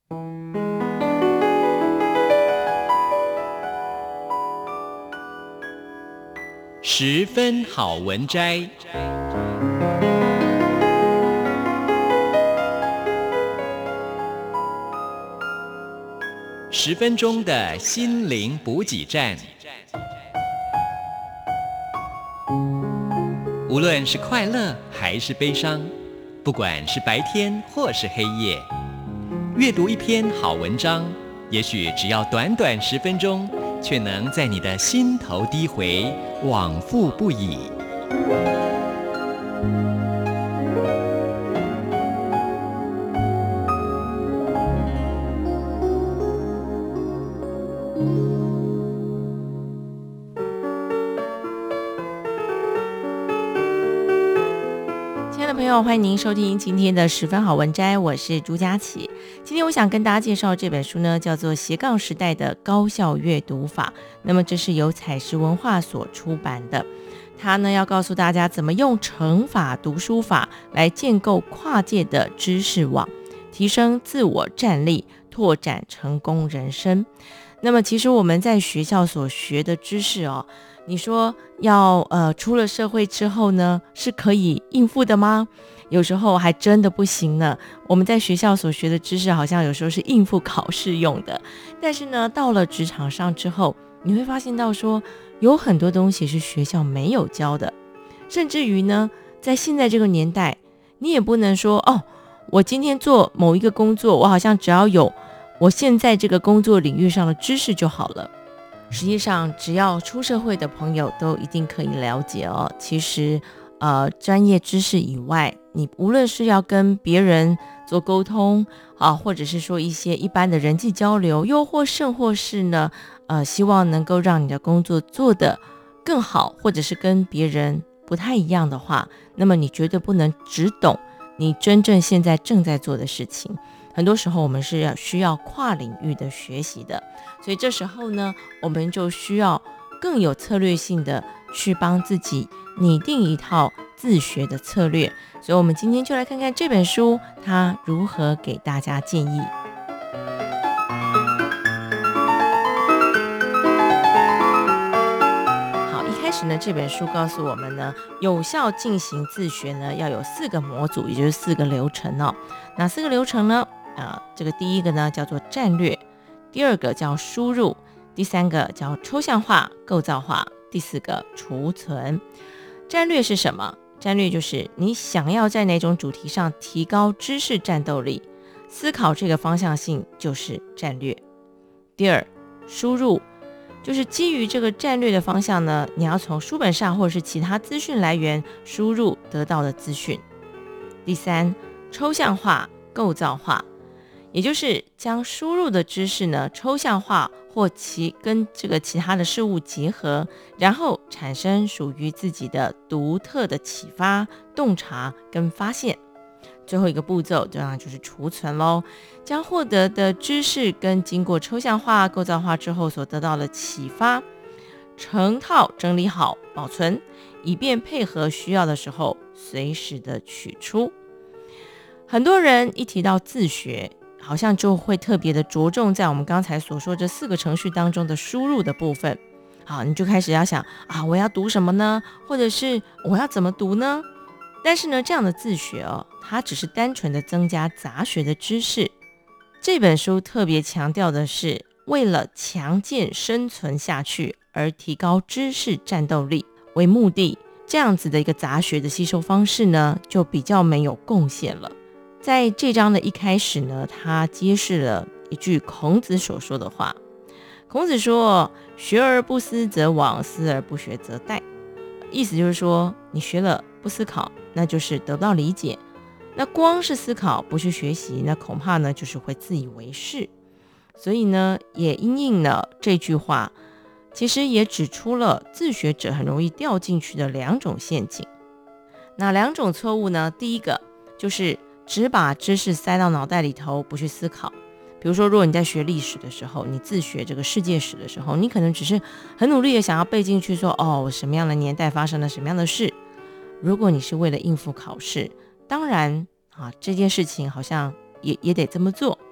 十分好文摘。10分钟的心灵补给站。无论是快乐还是悲伤，不管是白天或是黑夜，阅读一篇好文章，也许只要短短10分钟，却能在你的心头低回，往复不已。 亲爱的朋友，欢迎您收听今天的十分好文摘，我是朱佳琪。今天我想跟大家介绍这本书呢，叫做《斜杠时代的高效阅读法》。那么这是由采实文化所出版的，它呢要告诉大家怎么用乘法读书法来建构跨界的知识网，提升自我战力，拓展成功人生。那么其实我们在学校所学的知识你说要出了社会之后呢，是可以应付的吗？有时候还真的不行呢。我们在学校所学的知识好像有时候是应付考试用的，但是呢，到了职场上之后，你会发现到说有很多东西是学校没有教的，甚至于呢，在现在这个年代，你也不能说我今天做某一个工作，我好像只要有我现在这个工作领域上的知识就好了。实际上只要出社会的朋友都一定可以了解其实专业知识以外，你无论是要跟别人做沟通或者是说一些一般的人际交流，又或是呢希望能够让你的工作做得更好，或者是跟别人不太一样的话，那么你绝对不能只懂你真正现在正在做的事情。很多时候我们是需要跨领域的学习的，所以这时候呢，我们就需要更有策略性的去帮自己拟定一套自学的策略。所以我们今天就来看看这本书它如何给大家建议。好，一开始呢，这本书告诉我们呢，有效进行自学呢，要有4个模组，也就是4个流程哪4个流程呢？这个第一个呢叫做战略，第二个叫输入，第三个叫抽象化、构造化，第4个储存。战略是什么？战略就是你想要在哪种主题上提高知识战斗力，思考这个方向性就是战略。第二，输入就是基于这个战略的方向呢，你要从书本上或者是其他资讯来源输入得到的资讯。第三，抽象化、构造化，也就是将输入的知识呢抽象化或跟这个其他的事物结合，然后产生属于自己的独特的启发、洞察跟发现。最后一个步骤当然就是储存咯，将获得的知识跟经过抽象化、构造化之后所得到的启发成套整理好保存，以便配合需要的时候随时的取出。很多人一提到自学，好像就会特别的着重在我们刚才所说这4个程序当中的输入的部分。好，你就开始要想我要读什么呢？或者是我要怎么读呢？但是呢，这样的自学它只是单纯的增加杂学的知识。这本书特别强调的是，为了强健生存下去而提高知识战斗力为目的，这样子的一个杂学的吸收方式呢，就比较没有贡献了。在这章的一开始呢，他揭示了一句孔子所说的话。孔子说：“学而不思则罔，思而不学则殆。”意思就是说，你学了不思考，那就是得不到理解；那光是思考不去学习，那恐怕呢就是会自以为是。所以呢，也因应了这句话，其实也指出了自学者很容易掉进去的2种陷阱。哪2种错误呢？第一个就是只把知识塞到脑袋里头，不去思考。比如说，如果你在学历史的时候，你自学这个世界史的时候，你可能只是很努力的想要背进去说什么样的年代发生了什么样的事。如果你是为了应付考试，当然这件事情好像也得这么做。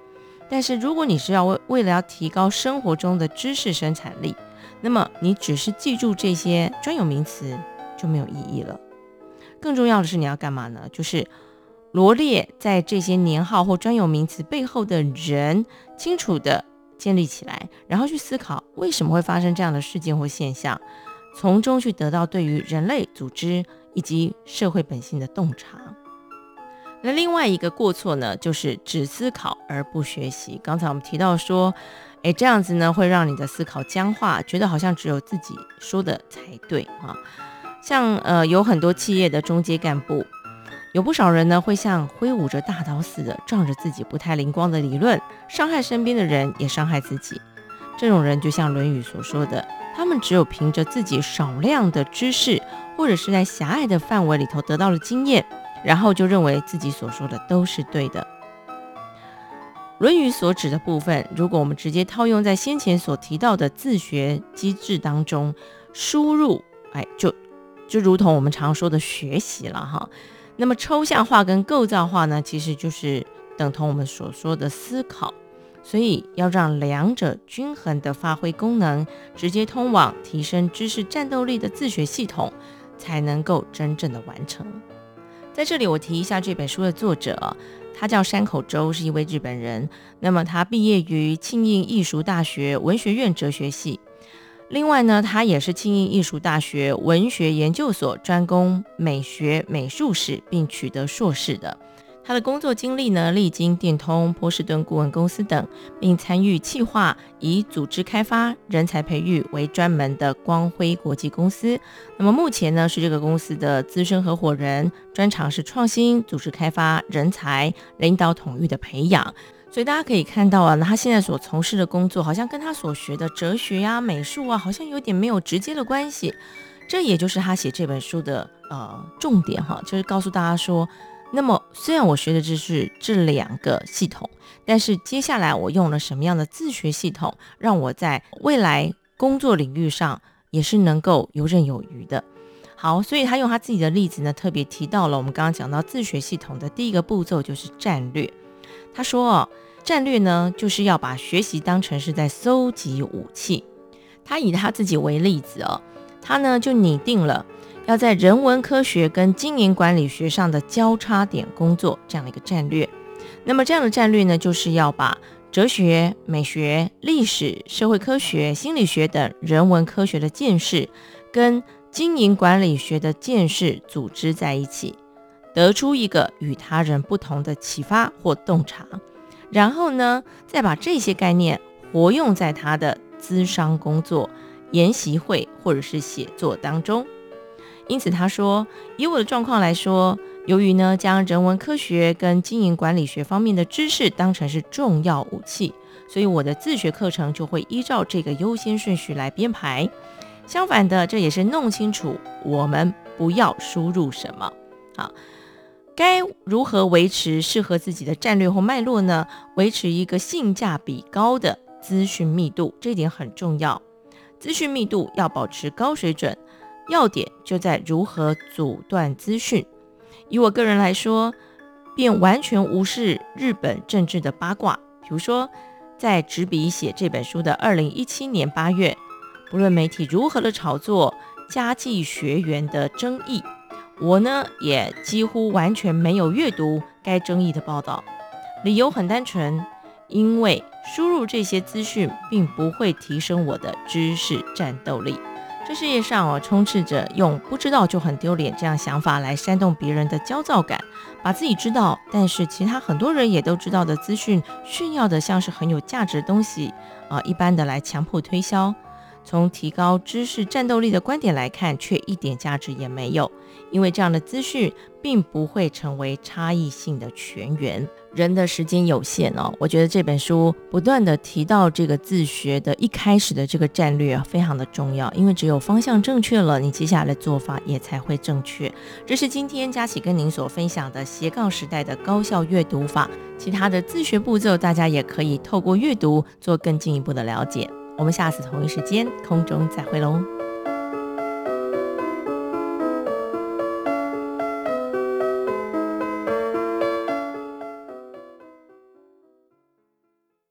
但是如果你是为了要提高生活中的知识生产力，那么你只是记住这些专有名词就没有意义了。更重要的是你要干嘛呢？就是罗列在这些年号或专有名词背后的人，清楚的建立起来，然后去思考为什么会发生这样的事件或现象，从中去得到对于人类、组织以及社会本性的洞察。那另外一个过错呢，就是只思考而不学习。刚才我们提到说，这样子呢会让你的思考僵化，觉得好像只有自己说的才对啊。像有很多企业的中阶干部，有不少人呢会像挥舞着大刀似的，仗着自己不太灵光的理论，伤害身边的人，也伤害自己。这种人就像《论语》所说的，他们只有凭着自己少量的知识，或者是在狭隘的范围里头得到了经验，然后就认为自己所说的都是对的。《论语》所指的部分，如果我们直接套用在先前所提到的自学机制当中，输入就如同我们常说的学习了哈。那么抽象化跟构造化呢，其实就是等同我们所说的思考，所以要让两者均衡的发挥功能，直接通往提升知识战斗力的自学系统，才能够真正的完成。在这里我提一下这本书的作者，他叫山口周，是一位日本人。那么他毕业于庆应艺术大学文学院哲学系，另外呢，他也是庆应艺术大学文学研究所专攻美学美术史，并取得硕士的。他的工作经历呢，历经电通、波士顿顾问公司等，并参与企划，以组织开发、人才培育为专门的光辉国际公司。那么目前呢，是这个公司的资深合伙人，专长是创新、组织开发、人才、领导统御的培养。所以大家可以看到啊，他现在所从事的工作，好像跟他所学的哲学啊、美术啊，好像有点没有直接的关系。这也就是他写这本书的重点哈，就是告诉大家说，那么虽然我学的是这两个系统，但是接下来我用了什么样的自学系统，让我在未来工作领域上也是能够游刃有余的。好，所以他用他自己的例子呢，特别提到了我们刚刚讲到自学系统的第一个步骤就是战略。他说战略呢，就是要把学习当成是在搜集武器。他以他自己为例子他呢就拟定了要在人文科学跟经营管理学上的交叉点工作这样的一个战略。那么这样的战略呢，就是要把哲学、美学、历史、社会科学、心理学等人文科学的见识跟经营管理学的见识组织在一起，得出一个与他人不同的启发或洞察，然后呢再把这些概念活用在他的咨商工作、研习会或者是写作当中。因此他说，以我的状况来说，由于呢将人文科学跟经营管理学方面的知识当成是重要武器，所以我的自学课程就会依照这个优先顺序来编排。相反的，这也是弄清楚我们不要输入什么。好，该如何维持适合自己的战略或脉络呢？维持一个性价比高的资讯密度，这一点很重要。资讯密度要保持高水准，要点就在如何阻断资讯。以我个人来说，便完全无视日本政治的八卦。比如说，在执笔写这本书的2017年8月，不论媒体如何的炒作家计学员的争议，我呢也几乎完全没有阅读该争议的报道。理由很单纯，因为输入这些资讯并不会提升我的知识战斗力。这世界上充斥着用不知道就很丢脸这样想法来煽动别人的焦躁感，把自己知道但是其他很多人也都知道的资讯炫耀的像是很有价值的东西一般的来强迫推销。从提高知识战斗力的观点来看，却一点价值也没有，因为这样的资讯并不会成为差异性的全员。人的时间有限我觉得这本书不断的提到这个自学的一开始的这个战略非常的重要，因为只有方向正确了，你接下来的做法也才会正确。这是今天佳琪跟您所分享的斜杠时代的高效阅读法，其他的自学步骤大家也可以透过阅读做更进一步的了解。我们下次同一时间空中再会喽。